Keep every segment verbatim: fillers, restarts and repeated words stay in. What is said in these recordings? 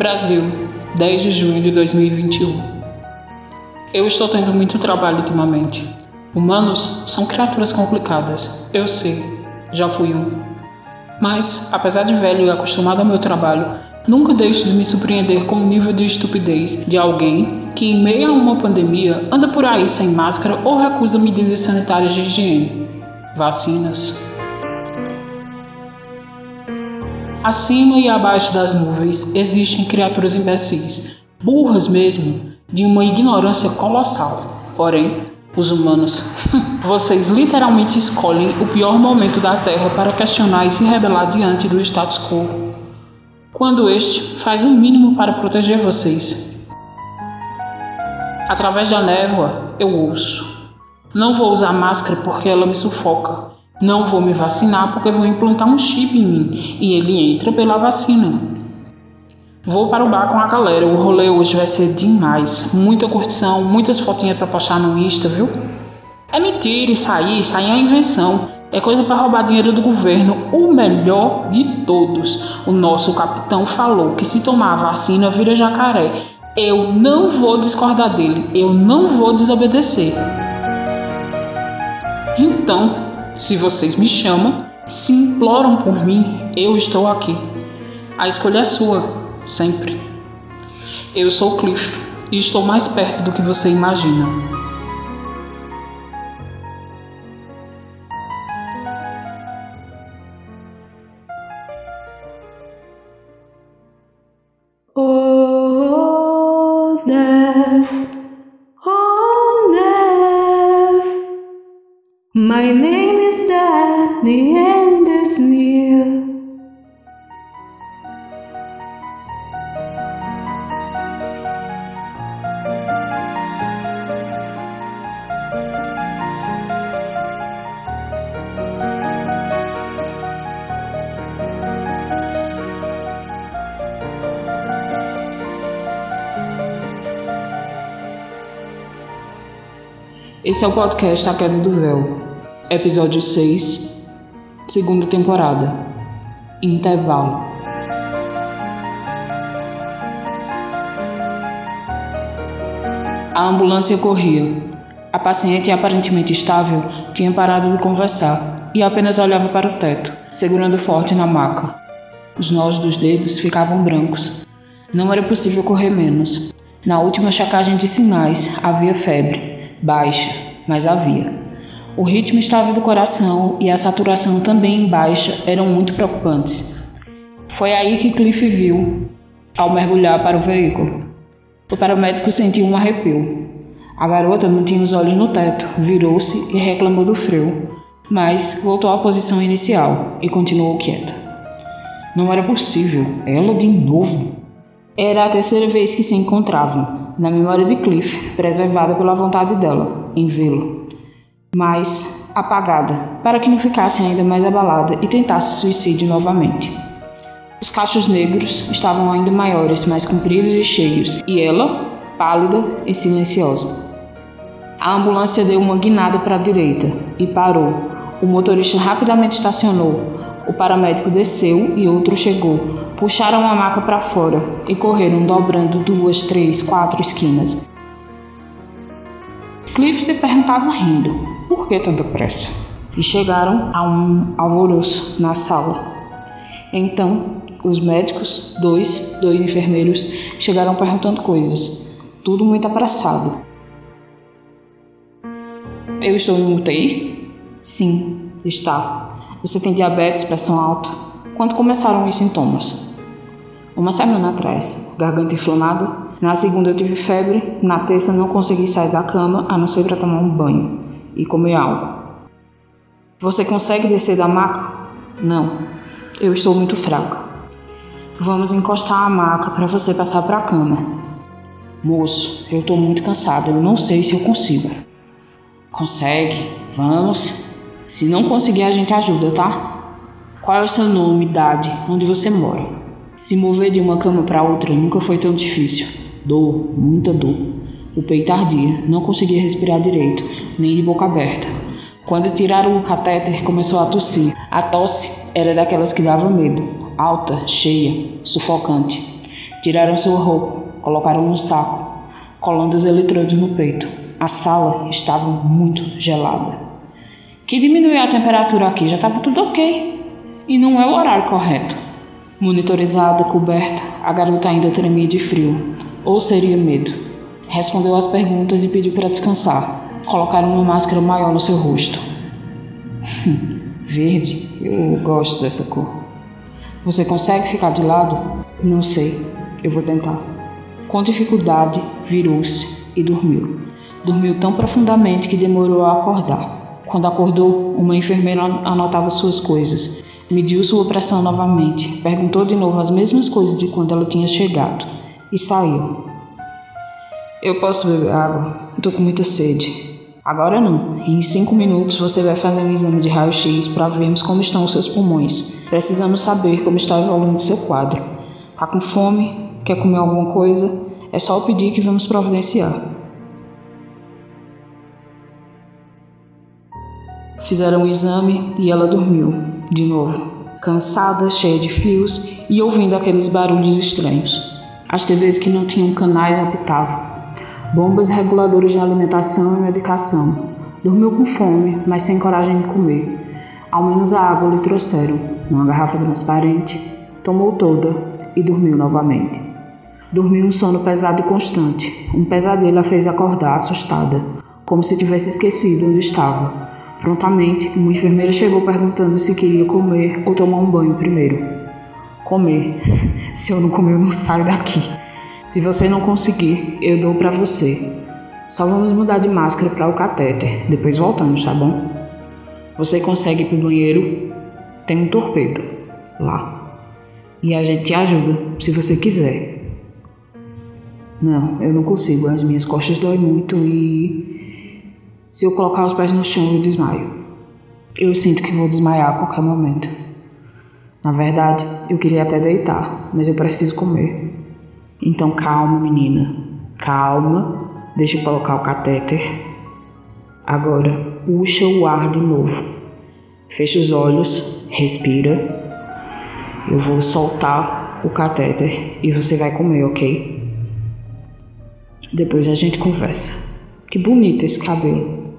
Brasil, dez de junho de dois mil e vinte e um. Eu estou tendo muito trabalho ultimamente. Humanos são criaturas complicadas, eu sei, já fui um. Mas, apesar de velho e acostumado ao meu trabalho, nunca deixo de me surpreender com o nível de estupidez de alguém que, em meio a uma pandemia, anda por aí sem máscara ou recusa medidas sanitárias de higiene. Vacinas. Acima e abaixo das nuvens existem criaturas imbecis, burras mesmo, de uma ignorância colossal. Porém, os humanos, vocês literalmente escolhem o pior momento da Terra para questionar e se rebelar diante do status quo, quando este faz o mínimo para proteger vocês. Através da névoa, eu ouço. Não vou usar máscara porque ela me sufoca. Não vou me vacinar porque vou implantar um chip em mim e ele entra pela vacina. Vou para o bar com a galera, o rolê hoje vai ser demais. Muita curtição, muitas fotinhas para postar no Insta, viu? É mentira isso aí, isso aí é invenção. É coisa para roubar dinheiro do governo. O melhor de todos, o nosso capitão falou que se tomar a vacina vira jacaré. Eu não vou discordar dele, eu não vou desobedecer. Então, se vocês me chamam, se imploram por mim, eu estou aqui. A escolha é sua, sempre. Eu sou Cliff e estou mais perto do que você imagina. Oh, death, oh, death, my name is death, the end is near. Esse é o podcast A Queda do Véu, episódio seis, segunda temporada, intervalo. A ambulância corria. A paciente, aparentemente estável, tinha parado de conversar e apenas olhava para o teto, segurando forte na maca. Os nós dos dedos ficavam brancos. Não era possível correr menos. Na última checagem de sinais, havia febre. Baixa, mas havia. O ritmo estável do coração e a saturação também em baixa eram muito preocupantes. Foi aí que Cliff viu, ao mergulhar para o veículo. O paramédico sentiu um arrepio. A garota não tinha os olhos no teto, virou-se e reclamou do frio, mas voltou à posição inicial e continuou quieta. Não era possível, ela de novo. Era a terceira vez que se encontravam, na memória de Cliff, preservada pela vontade dela, em vê-lo, mas apagada, para que não ficasse ainda mais abalada e tentasse suicídio novamente. Os cachos negros estavam ainda maiores, mais compridos e cheios, e ela, pálida e silenciosa. A ambulância deu uma guinada para a direita e parou. O motorista rapidamente estacionou. O paramédico desceu e outro chegou. Puxaram a maca para fora e correram dobrando duas, três, quatro esquinas. Cliff se perguntava rindo, por que tanta pressa? E chegaram a um alvoroço na sala. Então, os médicos, dois, dois enfermeiros, chegaram perguntando coisas. Tudo muito apressado. Eu estou em U T I? Sim, está. Você tem diabetes, pressão alta? Quando começaram os sintomas? Uma semana atrás, garganta inflamada. Na segunda eu tive febre. Na terça não consegui sair da cama, a não ser para tomar um banho e comer algo. Você consegue descer da maca? Não, eu estou muito fraca. Vamos encostar a maca para você passar para a cama. Moço, eu estou muito cansada, eu não sei se eu consigo. Consegue, vamos. Se não conseguir, a gente ajuda, tá? Qual é o seu nome, idade, onde você mora? Se mover de uma cama para outra nunca foi tão difícil. Dor, muita dor. O peito ardia, não conseguia respirar direito, nem de boca aberta. Quando tiraram o catéter, começou a tossir. A tosse era daquelas que dava medo, alta, cheia, sufocante. Tiraram sua roupa, colocaram no saco, colando os eletrodos no peito. A sala estava muito gelada. Que diminuiu a temperatura aqui, já estava tudo ok. E não é o horário correto. Monitorizada, coberta, a garota ainda tremia de frio. Ou seria medo. Respondeu às perguntas e pediu para descansar. Colocaram uma máscara maior no seu rosto. Verde, eu gosto dessa cor. Você consegue ficar de lado? Não sei, eu vou tentar. Com dificuldade, virou-se e dormiu. Dormiu tão profundamente que demorou a acordar. Quando acordou, uma enfermeira anotava suas coisas. Mediu sua pressão novamente, perguntou de novo as mesmas coisas de quando ela tinha chegado e saiu. Eu posso beber água? Eu tô com muita sede. Agora não. Em cinco minutos você vai fazer um exame de raio-x para vermos como estão os seus pulmões. Precisamos saber como está evoluindo seu quadro. Tá com fome? Quer comer alguma coisa? É só pedir que vamos providenciar. Fizeram o exame e ela dormiu, de novo, cansada, cheia de fios e ouvindo aqueles barulhos estranhos. As T Vs que não tinham canais apitavam. Bombas reguladoras de alimentação e medicação. Dormiu com fome, mas sem coragem de comer. Ao menos a água lhe trouxeram, numa garrafa transparente. Tomou toda e dormiu novamente. Dormiu um sono pesado e constante. Um pesadelo a fez acordar, assustada, como se tivesse esquecido onde estava. Prontamente, uma enfermeira chegou perguntando se queria comer ou tomar um banho primeiro. Comer. Se eu não comer, eu não saio daqui. Se você não conseguir, eu dou pra você. Só vamos mudar de máscara para o catéter. Depois voltamos, tá bom? Você consegue ir pro banheiro? Tem um torpedo lá. E a gente te ajuda, se você quiser. Não, eu não consigo. As minhas costas doem muito e... se eu colocar os pés no chão, eu desmaio. Eu sinto que vou desmaiar a qualquer momento. Na verdade, eu queria até deitar, mas eu preciso comer. Então calma, menina. Calma. Deixa eu colocar o catéter. Agora, puxa o ar de novo. Fecha os olhos, respira. Eu vou soltar o catéter e você vai comer, ok? Depois a gente conversa. Que bonito esse cabelo.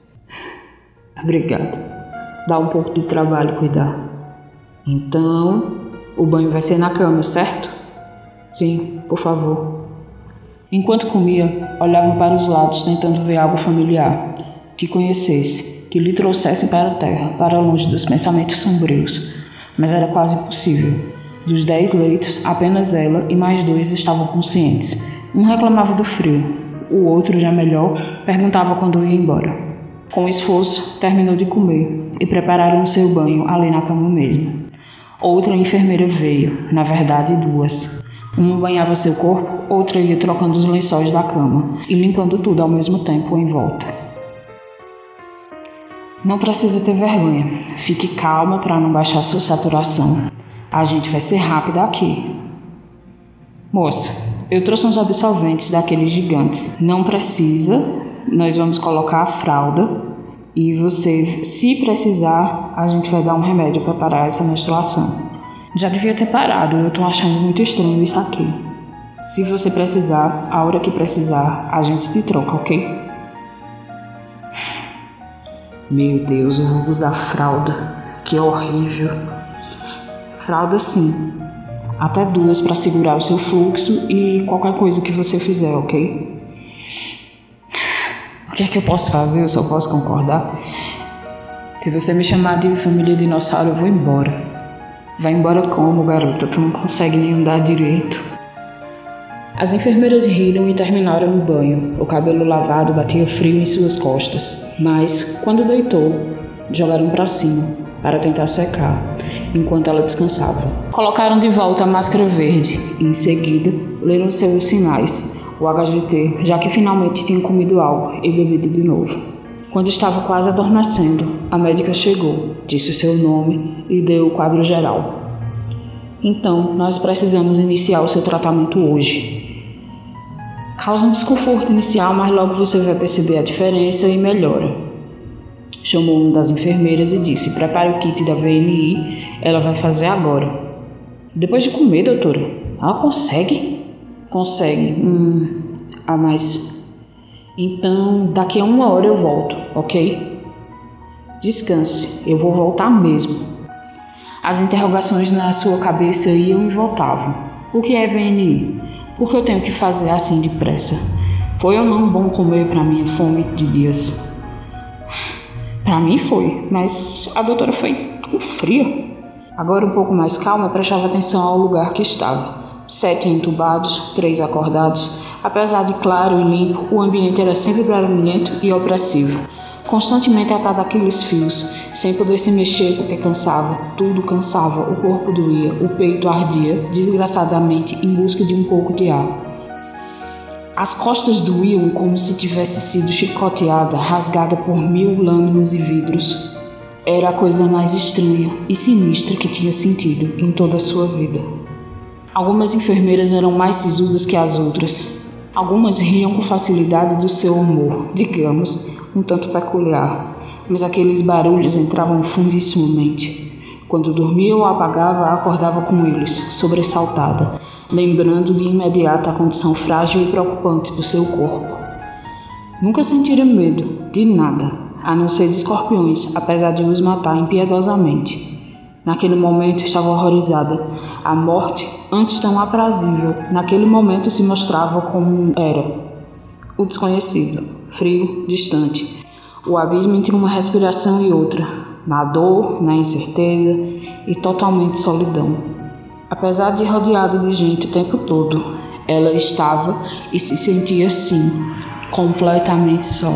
Obrigada. Dá um pouco de trabalho cuidar. Então, o banho vai ser na cama, certo? Sim, por favor. Enquanto comia, olhava para os lados tentando ver algo familiar, que conhecesse, que lhe trouxesse para a terra, para longe dos pensamentos sombrios. Mas era quase impossível. Dos dez leitos, apenas ela e mais dois estavam conscientes. Um reclamava do frio. O outro, já melhor, perguntava quando ia embora. Com esforço, terminou de comer e prepararam o seu banho ali na cama mesmo. Outra enfermeira veio, na verdade duas. Uma banhava seu corpo, outra ia trocando os lençóis da cama e limpando tudo ao mesmo tempo em volta. Não precisa ter vergonha. Fique calma para não baixar sua saturação. A gente vai ser rápida aqui. Moça, eu trouxe uns absorventes daqueles gigantes. Não precisa, nós vamos colocar a fralda e você, se precisar, a gente vai dar um remédio para parar essa menstruação. Já devia ter parado, eu tô achando muito estranho isso aqui. Se você precisar, a hora que precisar, a gente te troca, ok? Meu Deus, eu vou usar fralda. Que horrível. Fralda sim. Até duas para segurar o seu fluxo e qualquer coisa que você fizer, ok? O que é que eu posso fazer? Eu só posso concordar. Se você me chamar de família dinossauro, eu vou embora. Vai embora como, garota? Tu não consegue nem andar direito. As enfermeiras riram e terminaram o banho. O cabelo lavado batia frio em suas costas. Mas, quando deitou, jogaram para cima para tentar secar, enquanto ela descansava. Colocaram de volta a máscara verde e, em seguida, leram seus sinais, o H G T, já que finalmente tinham comido algo e bebido de novo. Quando estava quase adormecendo, a médica chegou, disse o seu nome e deu o quadro geral. Então, nós precisamos iniciar o seu tratamento hoje. Causa um desconforto inicial, mas logo você vai perceber a diferença e melhora. Chamou uma das enfermeiras e disse: prepare o kit da V N I, ela vai fazer agora. Depois de comer, doutora? Ela consegue? Consegue. Hum, ah, mas... Então, daqui a uma hora eu volto, ok? Descanse, eu vou voltar mesmo. As interrogações na sua cabeça iam e voltavam. O que é V N I? Por que eu tenho que fazer assim depressa? Foi ou não bom comer para minha fome de dias? Para mim foi, mas a doutora foi com frio. Agora um pouco mais calma, prestava atenção ao lugar que estava. Sete entubados, três acordados. Apesar de claro e limpo, o ambiente era sempre barulhento e opressivo. Constantemente atado àqueles fios, sem poder se mexer porque cansava. Tudo cansava, o corpo doía, o peito ardia, desgraçadamente, em busca de um pouco de ar. As costas doíam como se tivesse sido chicoteada, rasgada por mil lâminas e vidros. Era a coisa mais estranha e sinistra que tinha sentido em toda a sua vida. Algumas enfermeiras eram mais sisudas que as outras. Algumas riam com facilidade do seu humor, digamos, um tanto peculiar, mas aqueles barulhos entravam fundissimamente. Quando dormia ou apagava, acordava com eles, sobressaltada, lembrando de imediato a condição frágil e preocupante do seu corpo. Nunca sentira medo, de nada, a não ser de escorpiões, apesar de os matar impiedosamente. Naquele momento estava horrorizada. A morte, antes tão aprazível, naquele momento se mostrava como era. O desconhecido, frio, distante. O abismo entre uma respiração e outra, na dor, na incerteza e totalmente solidão. Apesar de rodeada de gente o tempo todo, ela estava e se sentia assim, completamente só.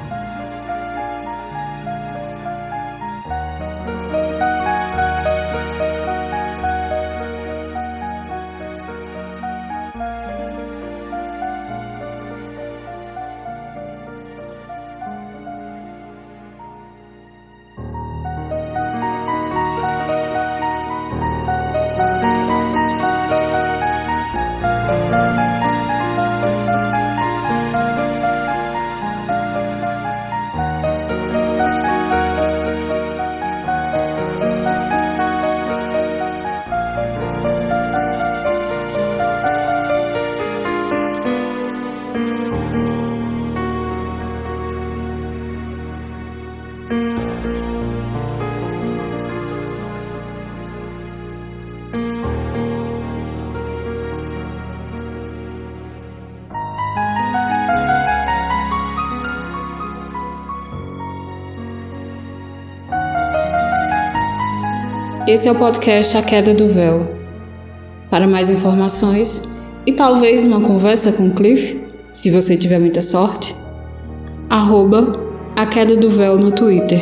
Esse é o podcast A Queda do Véu. Para mais informações e talvez uma conversa com Cliff, se você tiver muita sorte, arroba A Queda do Véu no Twitter.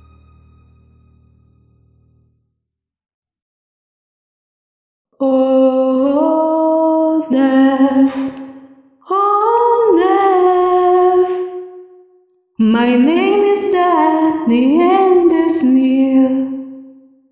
Oh